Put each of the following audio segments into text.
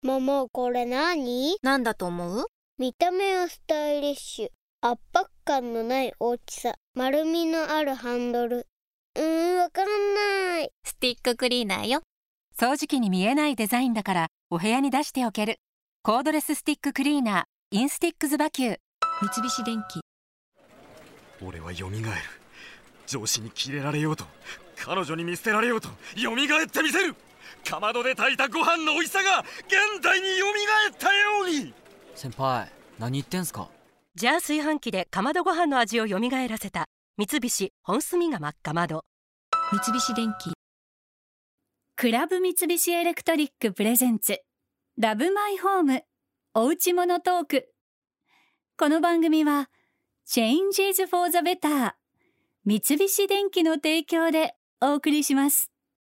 ママ、これ何？ なんだと思う？ 見た目はスタイリッシュ、圧迫感のない大きさ、丸みのあるハンドル。わかんない。 スティッククリーナーよ。 掃除機に見えないデザインだからお部屋に出しておける。コードレススティッククリーナーインスティックスバキュー。三菱電機。 俺は蘇る。上司にキレられようと、彼女に見捨てられようと蘇ってみせる。かまどで炊いたご飯の美味しさが現代に蘇ったように。 先輩、何言ってんすか？ じゃあ炊飯器でかまどご飯の味を蘇らせた三菱本炭釜かまど。 三菱電機。クラブ三菱エレクトリックプレゼンツラブマイホームおうちものトーク。この番組は Changes for the Better 三菱電機の提供でお送りします。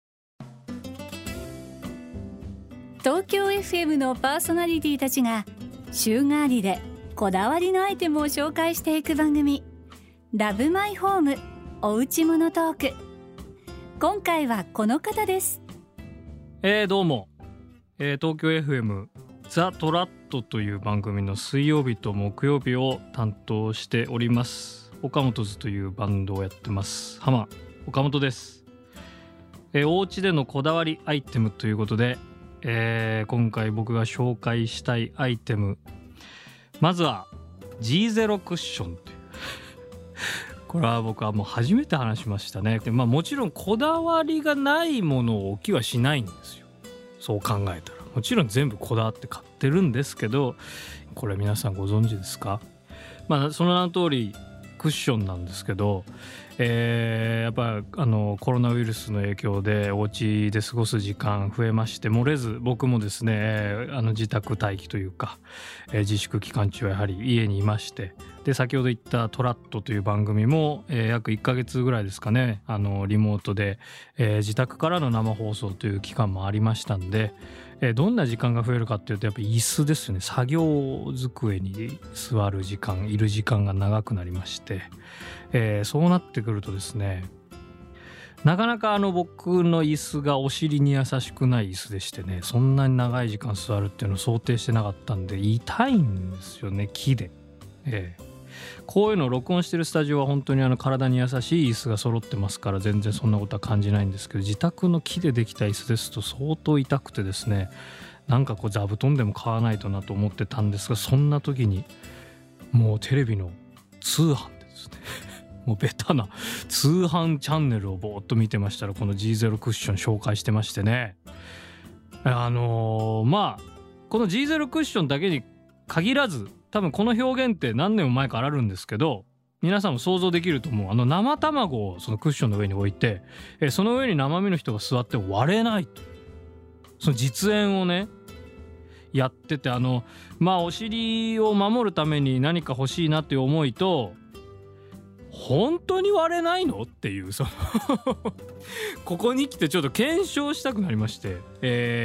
東京 FM のパーソナリティたちが週替わりでこだわりのアイテムを紹介していく番組ラブマイホームおうちものトーク。今回はこの方です。 どうも、東京 FM ザ・トラットという番組の水曜日と木曜日を担当しております岡本図というバンドをやってます浜岡本です。お家でのこだわりアイテムということで、今回僕が紹介したいアイテム、まずは G0 クッションというこれは僕はもう初めて話しましたね。で、もちろんこだわりがないものを置きはしないんですよ。そう考えたらもちろん全部こだわって買ってるんですけど、これ皆さんご存知ですか？その名の通りクッションなんですけど、やっぱコロナウイルスの影響でお家で過ごす時間増えまして、漏れず僕もですね自宅待機というか、自粛期間中はやはり家にいまして、で先ほど言ったトラットという番組も、約1ヶ月ぐらいですかね、リモートで、自宅からの生放送という期間もありましたんで、どんな時間が増えるかっていうと、やっぱり椅子ですよね。作業机に座る時間、いる時間が長くなりまして、そうなってくるとですね、なかなか僕の椅子がお尻に優しくない椅子でしてね、そんなに長い時間座るっていうのを想定してなかったんで痛いんですよね、木で。こういうのを録音してるスタジオは本当に体に優しい椅子が揃ってますから全然そんなことは感じないんですけど、自宅の木でできた椅子ですと相当痛くてですね、なんか座布団でも買わないとなと思ってたんですが、そんな時にもうテレビの通販でですねもうベタな通販チャンネルをぼーっと見てましたら、この G0 クッション紹介してましてね、この G0 クッションだけに限らず、多分この表現って何年も前からあるんですけど、皆さんも想像できると思う。生卵をそのクッションの上に置いて、その上に生身の人が座って割れないと、その実演をねやってて、お尻を守るために何か欲しいなっていう思いと、本当に割れないのっていうここに来てちょっと検証したくなりまして、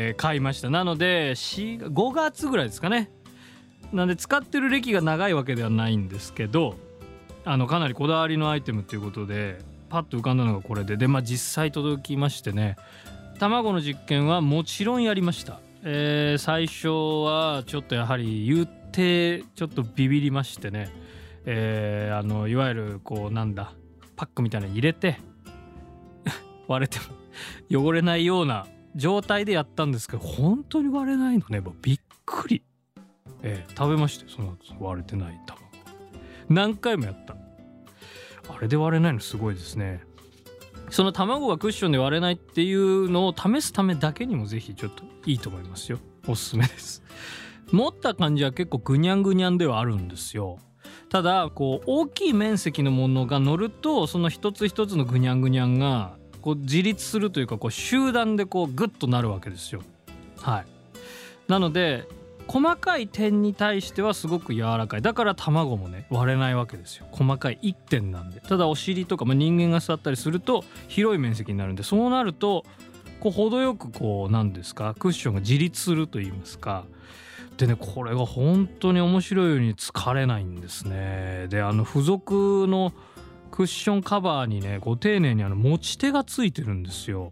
買いました。なので5月ぐらいですかね。なんで使ってる歴が長いわけではないんですけど、かなりこだわりのアイテムということでパッと浮かんだのがこれで、実際届きましてね、卵の実験はもちろんやりました。最初はちょっとやはり言ってちょっとビビりましてね、いわゆるパックみたいなのに入れて割れても汚れないような状態でやったんですけど、本当に割れないのね。もうびっくり。食べまして、その割れてない卵何回もやった。あれで割れないのすごいですね。その卵がクッションで割れないっていうのを試すためだけにもぜひちょっといいと思いますよ。おすすめです。持った感じは結構ぐにゃんぐにゃんではあるんですよ。ただ大きい面積のものが乗ると、その一つ一つのぐにゃんぐにゃんが自立するというか、集団でグッとなるわけですよ。はい。なので細かい点に対してはすごく柔らかい。だから卵もね割れないわけですよ。細かい一点なんで。ただお尻とか、人間が座ったりすると広い面積になるんで、そうなると程よく何ですか、クッションが自立すると言いますか。でね、これが本当に面白いように疲れないんですね。で付属のクッションカバーにね、丁寧に持ち手がついてるんですよ。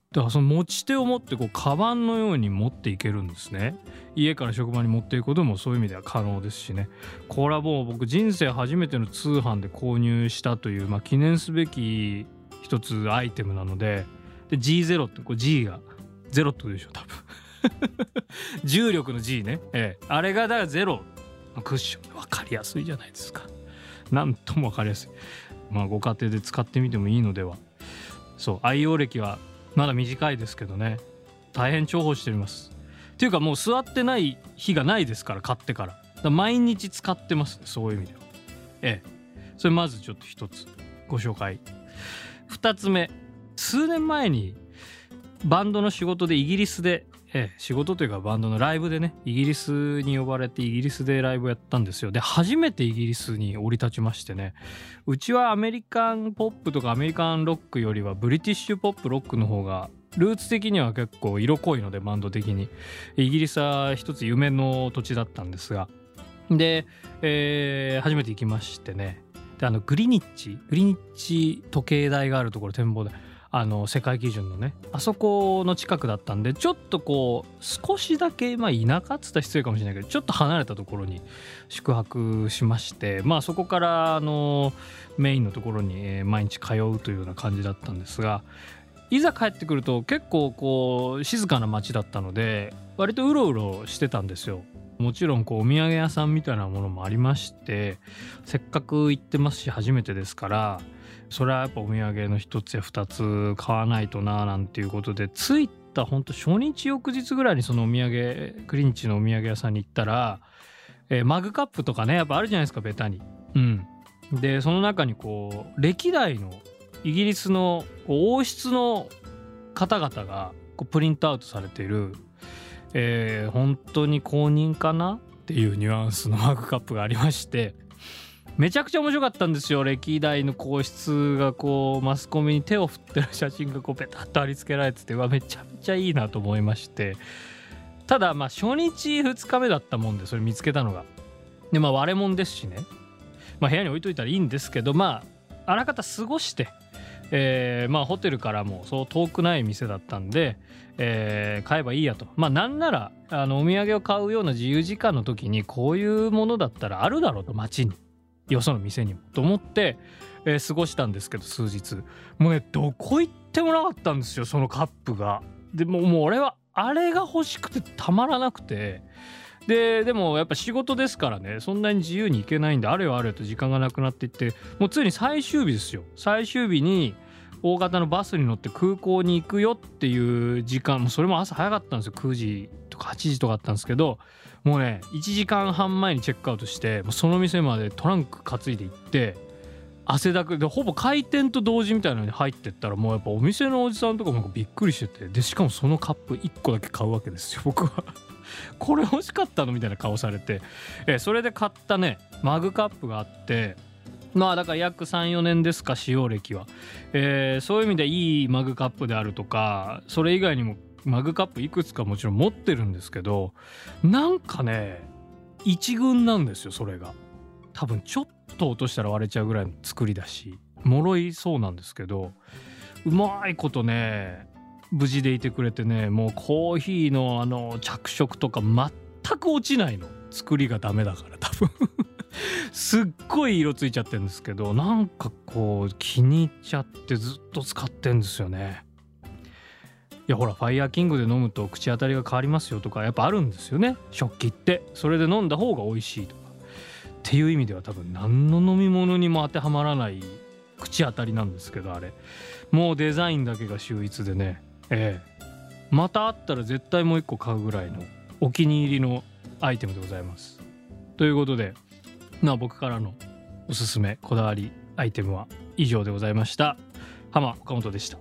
だからその持ち手を持ってこうカバンのように持っていけるんですね。家から職場に持っていくこともそういう意味では可能ですしね。これはもう僕人生初めての通販で購入したという、記念すべき一つアイテムなので、G0 ってこう G がゼロってことでしょ多分重力の G ね、あれがだからゼロのクッション、分かりやすいじゃないですか。なんとも分かりやすい。ご家庭で使ってみてもいいのでは。そう、愛用歴はまだ短いですけどね、大変重宝しております。っていうかもう座ってない日がないですから、買ってから。毎日使ってますね、そういう意味では。それまずちょっと一つご紹介。二つ目、数年前にバンドの仕事でイギリスで、仕事というかバンドのライブでね、イギリスに呼ばれてイギリスでライブやったんですよ。で初めてイギリスに降り立ちましてね、うちはアメリカンポップとかアメリカンロックよりはブリティッシュポップロックの方がルーツ的には結構色濃いので、バンド的にイギリスは一つ夢の土地だったんですが、で、初めて行きましてね、でグリニッチ時計台があるところ、展望台、世界基準のね、あそこの近くだったんで、ちょっとこう少しだけ、田舎っつったら失礼かもしれないけど、ちょっと離れたところに宿泊しまして、そこからメインのところに毎日通うというような感じだったんですが、いざ帰ってくると結構こう静かな街だったので、割とうろうろしてたんですよ。もちろんこうお土産屋さんみたいなものもありまして、せっかく行ってますし初めてですから、それはやっぱお土産の一つや二つ買わないとななんていうことで、着いたほんと初日翌日ぐらいにそのお土産、クリニッチのお土産屋さんに行ったら、マグカップとかね、やっぱあるじゃないですか、ベタに。でその中にこう歴代のイギリスの王室の方々がこうプリントアウトされている、本当に公認かなっていうニュアンスのマグカップがありまして、めちゃくちゃ面白かったんですよ。歴代の皇室がこうマスコミに手を振ってる写真がこうペタッと貼り付けられてて、めちゃめちゃいいなと思いまして、ただ初日2日目だったもんでそれ見つけたのがで、割れ物ですしね、部屋に置いといたらいいんですけど、あらかた過ごして、ホテルからもそう遠くない店だったんで、買えばいいやと。なんならお土産を買うような自由時間の時にこういうものだったらあるだろうと、街によその店にもと思って、過ごしたんですけど、数日もうね、どこ行ってもなかったんですよ、そのカップが。でもう俺はあれが欲しくてたまらなくて、でもやっぱ仕事ですからね、そんなに自由に行けないんで、あれよあれよと時間がなくなっていって、もうついに最終日ですよ。最終日に大型のバスに乗って空港に行くよっていう時間、それも朝早かったんですよ。9時とか8時とかあったんですけど、もうね1時間半前にチェックアウトして、もうその店までトランク担いで行って、汗だくでほぼ開店と同時みたいなのに入ってったら、もうやっぱお店のおじさんとかもびっくりしてて、でしかもそのカップ1個だけ買うわけですよ、僕は。これ欲しかったのみたいな顔されて、それで買ったねマグカップがあって、だから約 3,4 年ですか、使用歴は。そういう意味でいいマグカップであるとか、それ以外にもマグカップいくつかもちろん持ってるんですけど、なんかね一軍なんですよ。それが多分ちょっと落としたら割れちゃうぐらいの作りだし、脆いそうなんですけど、うまいことね無事でいてくれてね、もうコーヒーの着色とか全く落ちないの。作りがダメだから多分すっごい色ついちゃってるんですけど、なんかこう気に入っちゃってずっと使ってんですよね。いやほら、ファイヤーキングで飲むと口当たりが変わりますよとかやっぱあるんですよね、食器って。それで飲んだ方が美味しいとかっていう意味では多分何の飲み物にも当てはまらない口当たりなんですけど、あれもうデザインだけが秀逸でね、またあったら絶対もう一個買うぐらいのお気に入りのアイテムでございます。ということで、僕からのおすすめこだわりアイテムは以上でございました。浜岡本でした。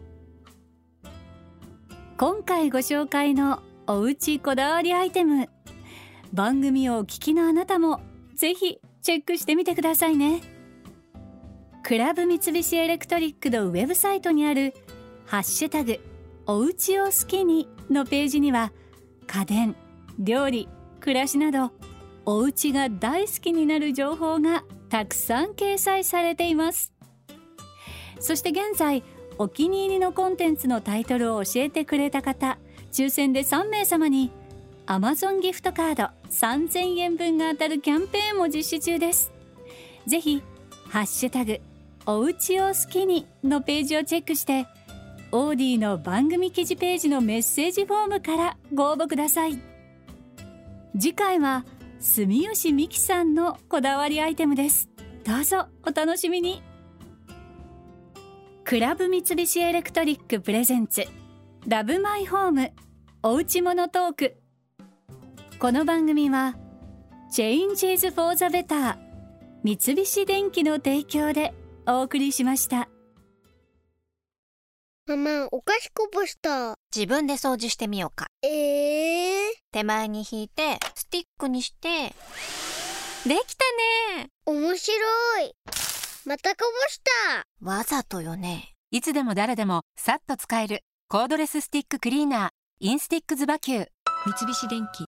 今回ご紹介のおうちこだわりアイテム、番組をお聞きのあなたもぜひチェックしてみてくださいね。クラブ三菱エレクトリックのウェブサイトにあるハッシュタグおうちを好きにのページには、家電、料理、暮らしなどおうちが大好きになる情報がたくさん掲載されています。そして現在お気に入りのコンテンツのタイトルを教えてくれた方、抽選で3名様に Amazon ギフトカード3000円分が当たるキャンペーンも実施中です。ぜひハッシュタグおうちを好きにのページをチェックして、オーディの番組記事ページのメッセージフォームからご応募ください。次回は住吉美希さんのこだわりアイテムです。どうぞお楽しみに。クラブ三菱エレクトリックプレゼンツラブマイホームおうちものトーク。この番組は Changes for the Better 三菱電機の提供でお送りしました。 ママ、お菓子こぼした。 自分で掃除してみようか。手前に引いてスティックにして。できたね。 面白い。またこぼした。 わざとよね。 いつでも誰でもさっと使えるコードレススティッククリーナーインスティックズバキュー。 三菱電機。